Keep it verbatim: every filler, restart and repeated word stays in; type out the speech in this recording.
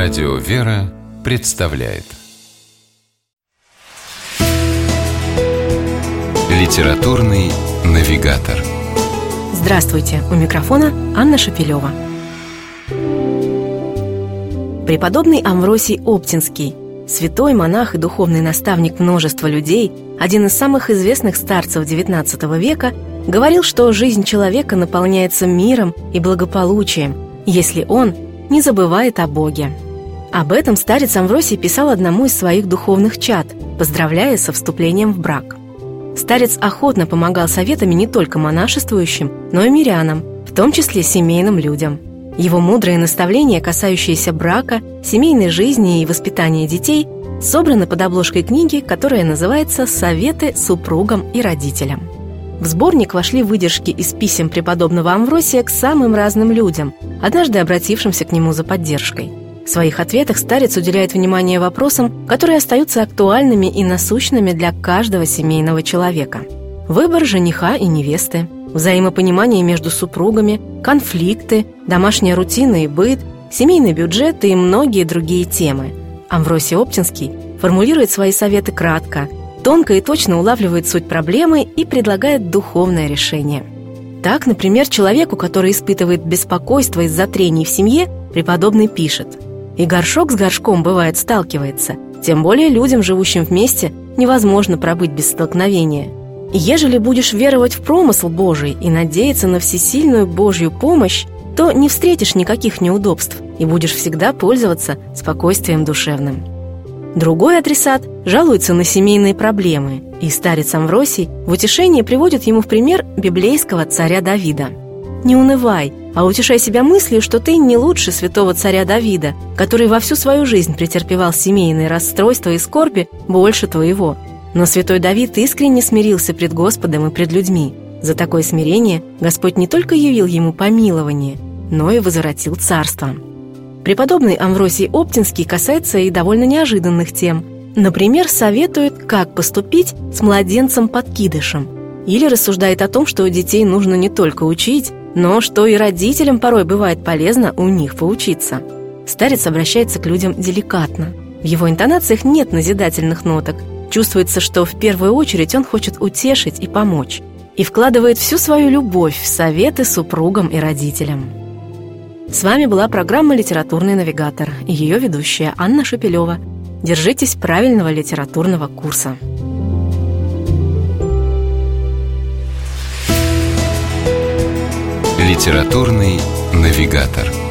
Радио «Вера» представляет Литературный навигатор. Здравствуйте! У микрофона Анна Шапилева. Преподобный Амвросий Оптинский, святой монах и духовный наставник множества людей, один из самых известных старцев девятнадцатого века, говорил, что жизнь человека наполняется миром и благополучием, если он не забывает о Боге. Об этом старец Амвросий писал одному из своих духовных чад, поздравляя со вступлением в брак. Старец охотно помогал советами не только монашествующим, но и мирянам, в том числе семейным людям. Его мудрые наставления, касающиеся брака, семейной жизни и воспитания детей, собраны под обложкой книги, которая называется «Советы супругам и родителям». В сборник вошли выдержки из писем преподобного Амвросия к самым разным людям, однажды обратившимся к нему за поддержкой. В своих ответах старец уделяет внимание вопросам, которые остаются актуальными и насущными для каждого семейного человека. Выбор жениха и невесты, взаимопонимание между супругами, конфликты, домашняя рутина и быт, семейный бюджет и многие другие темы. Амвросий Оптинский формулирует свои советы кратко, тонко и точно улавливает суть проблемы и предлагает духовное решение. Так, например, человеку, который испытывает беспокойство из-за трений в семье, преподобный пишет: «И горшок с горшком, бывает, сталкивается, тем более людям, живущим вместе, невозможно пробыть без столкновения. И ежели будешь веровать в промысл Божий и надеяться на всесильную Божью помощь, то не встретишь никаких неудобств и будешь всегда пользоваться спокойствием душевным». Другой адресат жалуется на семейные проблемы, и старец Амвросий в утешение приводит ему в пример библейского царя Давида. «Не унывай, а утешай себя мыслью, что ты не лучше святого царя Давида, который во всю свою жизнь претерпевал семейные расстройства и скорби больше твоего. Но святой Давид искренне смирился пред Господом и пред людьми. За такое смирение Господь не только явил ему помилование, но и возвратил царство». Преподобный Амвросий Оптинский касается и довольно неожиданных тем. Например, советует, как поступить с младенцем-подкидышем, или рассуждает о том, что детей нужно не только учить, но что и родителям порой бывает полезно у них поучиться. Старец обращается к людям деликатно. В его интонациях нет назидательных ноток. Чувствуется, что в первую очередь он хочет утешить и помочь, и вкладывает всю свою любовь в советы супругам и родителям. С вами была программа «Литературный навигатор» и ее ведущая Анна Шапилева. Держитесь правильного литературного курса. Литературный навигатор.